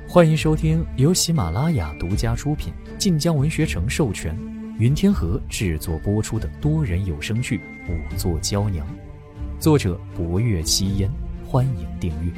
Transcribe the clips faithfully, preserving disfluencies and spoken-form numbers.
欢迎收听由喜马拉雅独家出品、晋江文学城授权、云天河制作播出的多人有声剧《五座娇娘》，作者博月七烟。欢迎订阅。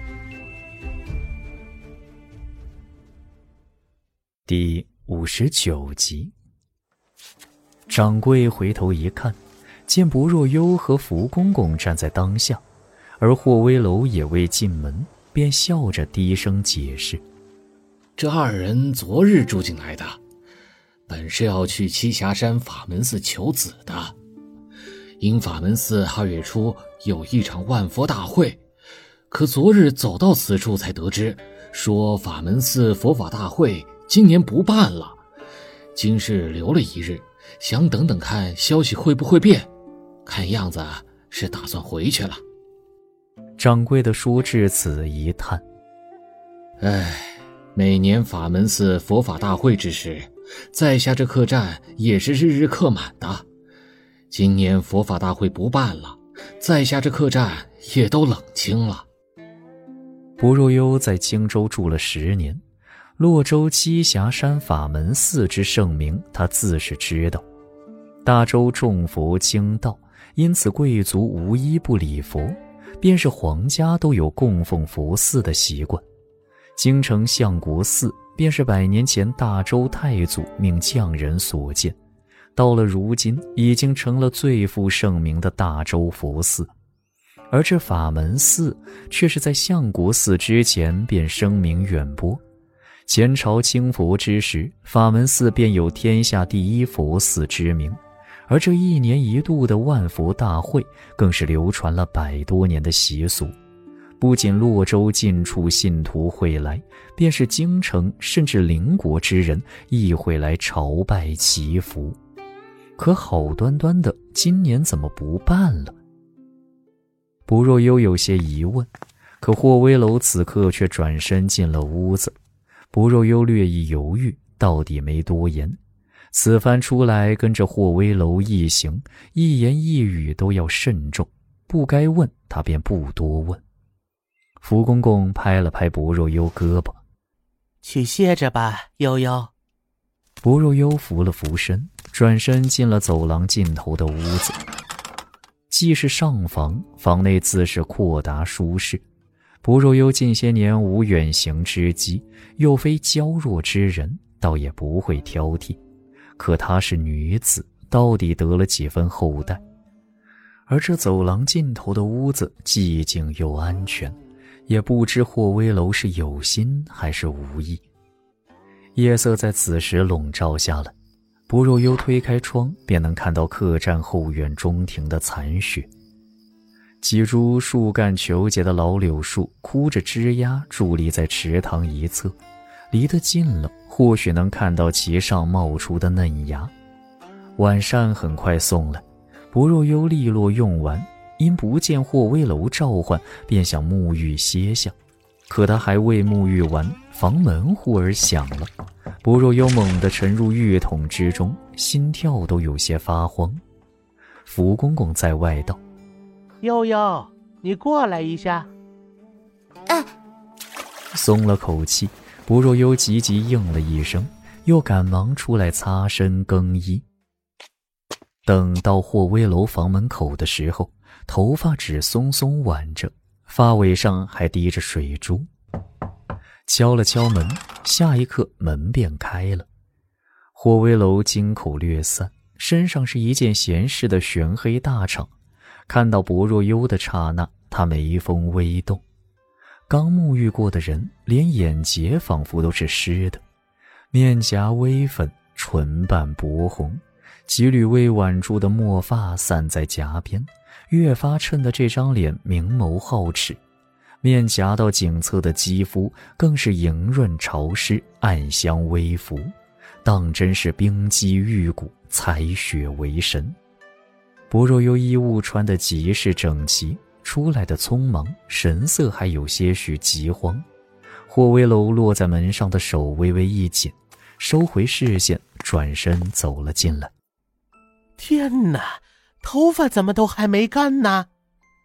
第五十九集。掌柜回头一看，见薄若幽和福公公站在当下，而霍威楼也未进门，便笑着低声解释： 这二人昨日住进来的，本是要去栖霞山法门寺求子的。因法门寺二月初有一场万佛大会，可昨日走到此处才得知，说法门寺佛法大会今年不办了。今日留了一日，想等等看消息会不会变，看样子是打算回去了。 掌柜的说至此一叹： 唉，每年法门寺佛法大会之时，在下这客栈也是日日客满的。今年佛法大会不办了，在下这客栈也都冷清了。 薄若幽在荆州住了十年，洛州栖霞山法门寺之盛名他自是知道。大州重佛轻道，因此贵族无一不礼佛，便是皇家都有供奉佛寺的习惯。京城相国寺便是百年前大周太祖命匠人所建，到了如今已经成了最负盛名的大周佛寺。而这法门寺却是在相国寺之前便声名远播。前朝清佛之时，法门寺便有天下第一佛寺之名，而这一年一度的万佛大会更是流传了百多年的习俗。不仅洛州近处信徒会来，便是京城甚至邻国之人亦会来朝拜祈福。可好端端的今年怎么不办了？薄若幽有些疑问，可霍威楼此刻却转身进了屋子。薄若幽略一犹豫，到底没多言。此番出来跟着霍威楼一行，一言一语都要慎重，不该问他便不多问。福公公拍了拍薄若幽胳膊： 去歇着吧，悠悠。 薄若幽扶了扶身，转身进了走廊尽头的屋子。既是上房，房内自是阔达舒适。薄若幽近些年无远行之机，又非娇弱之人，倒也不会挑剔。可她是女子，到底得了几分后代。而这走廊尽头的屋子寂静又安全，也不知霍威楼是有心还是无意。夜色在此时笼罩下来，薄若幽推开窗，便能看到客栈后院中庭的残雪。几株树干虬结的老柳树枯着枝桠伫立在池塘一侧，离得近了或许能看到其上冒出的嫩芽。晚膳很快送来，薄若幽利落用完，因不见霍威楼召唤，便想沐浴歇下。可他还未沐浴完，房门忽而响了。薄若幽猛地沉入浴桶之中，心跳都有些发慌。福公公在外道： 悠悠，你过来一下。 哎， 松了口气，薄若幽急急应了一声，又赶忙出来擦身更衣。等到霍威楼房门口的时候，头发只松松挽着，发尾上还滴着水珠。敲了敲门，下一刻门便开了。霍威楼襟口略散，身上是一件闲适的玄黑大氅。看到薄若幽的刹那，他眉峰微动。刚沐浴过的人，连眼睫仿佛都是湿的，面颊微粉，唇瓣薄红，几缕未挽住的墨发散在颊边，越发衬得这张脸明眸皓齿。面颊到颈侧的肌肤更是莹润潮湿，暗香微浮，当真是冰肌玉骨，采血为神。薄若幽衣物穿得极是整齐，出来的匆忙，神色还有些许急慌。霍威楼落在门上的手微微一紧，收回视线，转身走了进来。 天哪，头发怎么都还没干呢？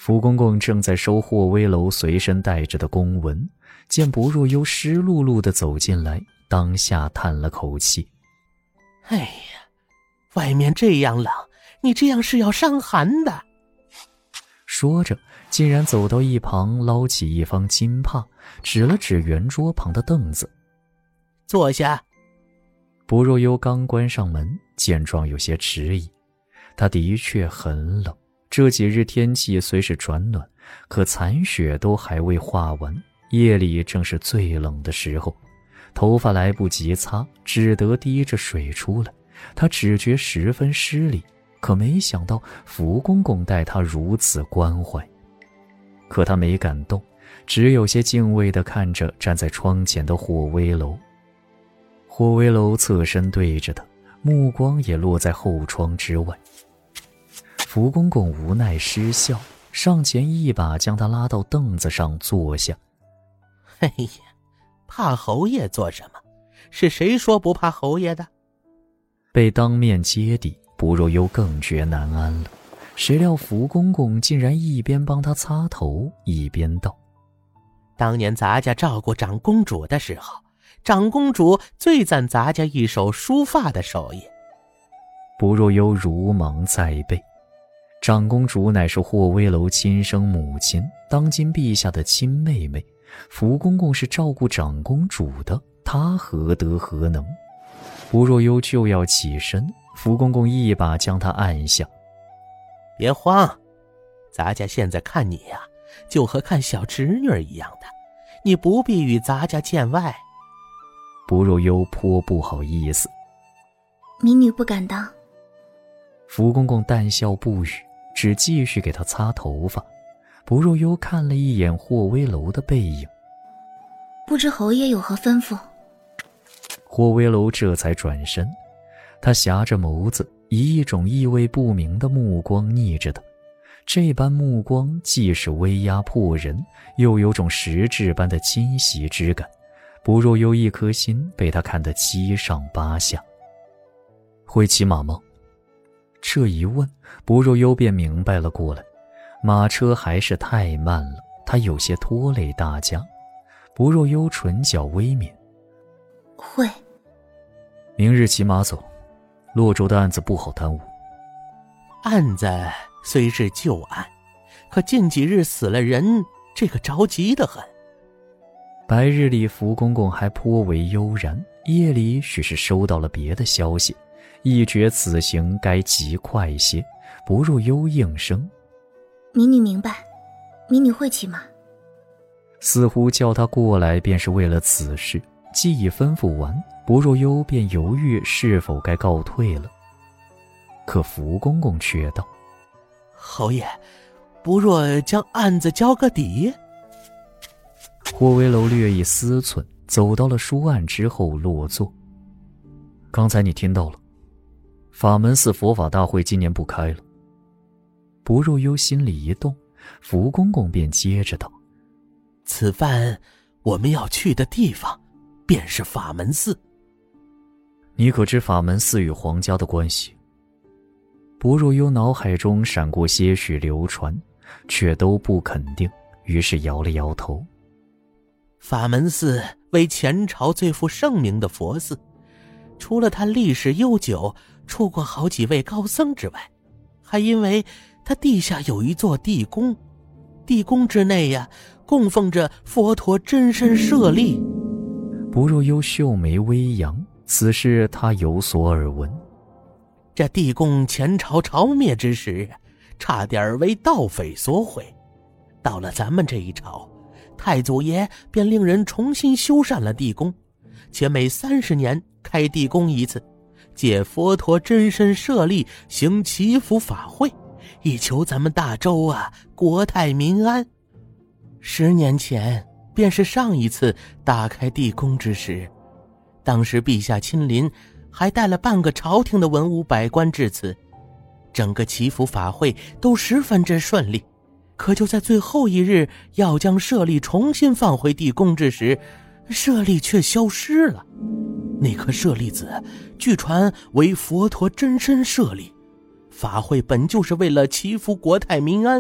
福公公正在收霍威楼随身带着的公文，见不若幽湿漉漉地走进来，当下叹了口气： 哎呀，外面这样冷，你这样是要伤寒的。 说着竟然走到一旁，捞起一方金帕，指了指圆桌旁的凳子： 坐下。 不若幽刚关上门，见状有些迟疑。他的确很冷，这几日天气虽是转暖，可残雪都还未化完，夜里正是最冷的时候。头发来不及擦，只得滴着水出来。他只觉十分失礼，可没想到福公公待他如此关怀。可他没敢动，只有些敬畏地看着站在窗前的霍威楼。霍威楼侧身对着他，目光也落在后窗之外。福公公无奈失笑，上前一把将他拉到凳子上坐下。 哎呀，怕侯爷做什么？是谁说不怕侯爷的？ 被当面揭底，不若幽更觉难安了。谁料福公公竟然一边帮他擦头，一边道： 当年咱家照顾长公主的时候，长公主最赞咱家一手梳发的手艺。 不若幽如芒在背。长公主乃是霍威楼亲生母亲，当今陛下的亲妹妹。福公公是照顾长公主的，他何德何能？不若幽就要起身，福公公一把将他按下。 别慌，咱家现在看你呀、啊，就和看小侄女一样的，你不必与咱家见外。 不若幽颇不好意思。 民女不敢当。 福公公淡笑不语，只继续给他擦头发。不若幽看了一眼霍威楼的背影， 不知侯爷有何吩咐？ 霍威楼这才转身，他狭着眸子，以一种意味不明的目光睨着他。这般目光既是威压迫人，又有种实质般的侵袭之感。不若幽一颗心被他看得七上八下。会骑马吗？这一问，不若幽便明白了过来。马车还是太慢了，他有些拖累大家。不若幽唇角微抿： 会。 明日骑马走，洛州的案子不好耽误。 案子虽是旧案，可近几日死了人，这个着急得很。 白日里福公公还颇为悠然，夜里许是收到了别的消息，一觉此行该急快些。不若幽应声： 民女明白，民女会骑马。 似乎叫他过来便是为了此事，既已吩咐完，不若幽便犹豫是否该告退了。可福公公却道： 侯爷，不若将案子交个底。 霍威楼略一思忖，走到了书案之后落座。刚才你听到了，法门寺佛法大会今年不开了。不若幽心里一动，福公公便接着道： 此番我们要去的地方便是法门寺。 你可知法门寺与皇家的关系？不若幽脑海中闪过些许流传，却都不肯定，于是摇了摇头。 法门寺为前朝最负盛名的佛寺，除了它历史悠久，出过好几位高僧之外，还因为它地下有一座地宫，地宫之内呀、啊，供奉着佛陀真身舍利。 不若幽秀眉微扬，此事他有所耳闻。 这地宫前朝朝灭之时，差点为盗匪所毁。到了咱们这一朝，太祖爷便令人重新修缮了地宫，且每三十年开地宫一次，借佛陀真身舍利行祈福法会，以求咱们大周啊国泰民安。十年前便是上一次打开地宫之时，当时陛下亲临，还带了半个朝廷的文武百官至此，整个祈福法会都十分之顺利。可就在最后一日要将舍利重新放回地宫之时，舍利却消失了。那颗舍利子据传为佛陀真身舍利，法会本就是为了祈福国泰民安，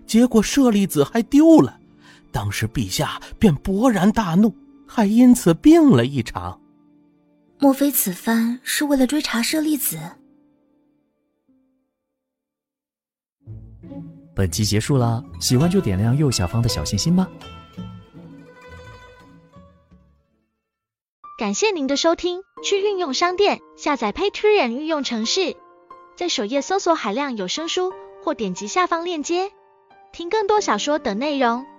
结果舍利子还丢了。当时陛下便勃然大怒，还因此病了一场。 莫非此番是为了追查舍利子？ 本集结束啦，喜欢就点亮右下方的小心心吧。 感谢您的收听，去运用商店下载 Patreon 运用程式，在首页搜索海量有声书，或点击下方链接听更多小说等内容。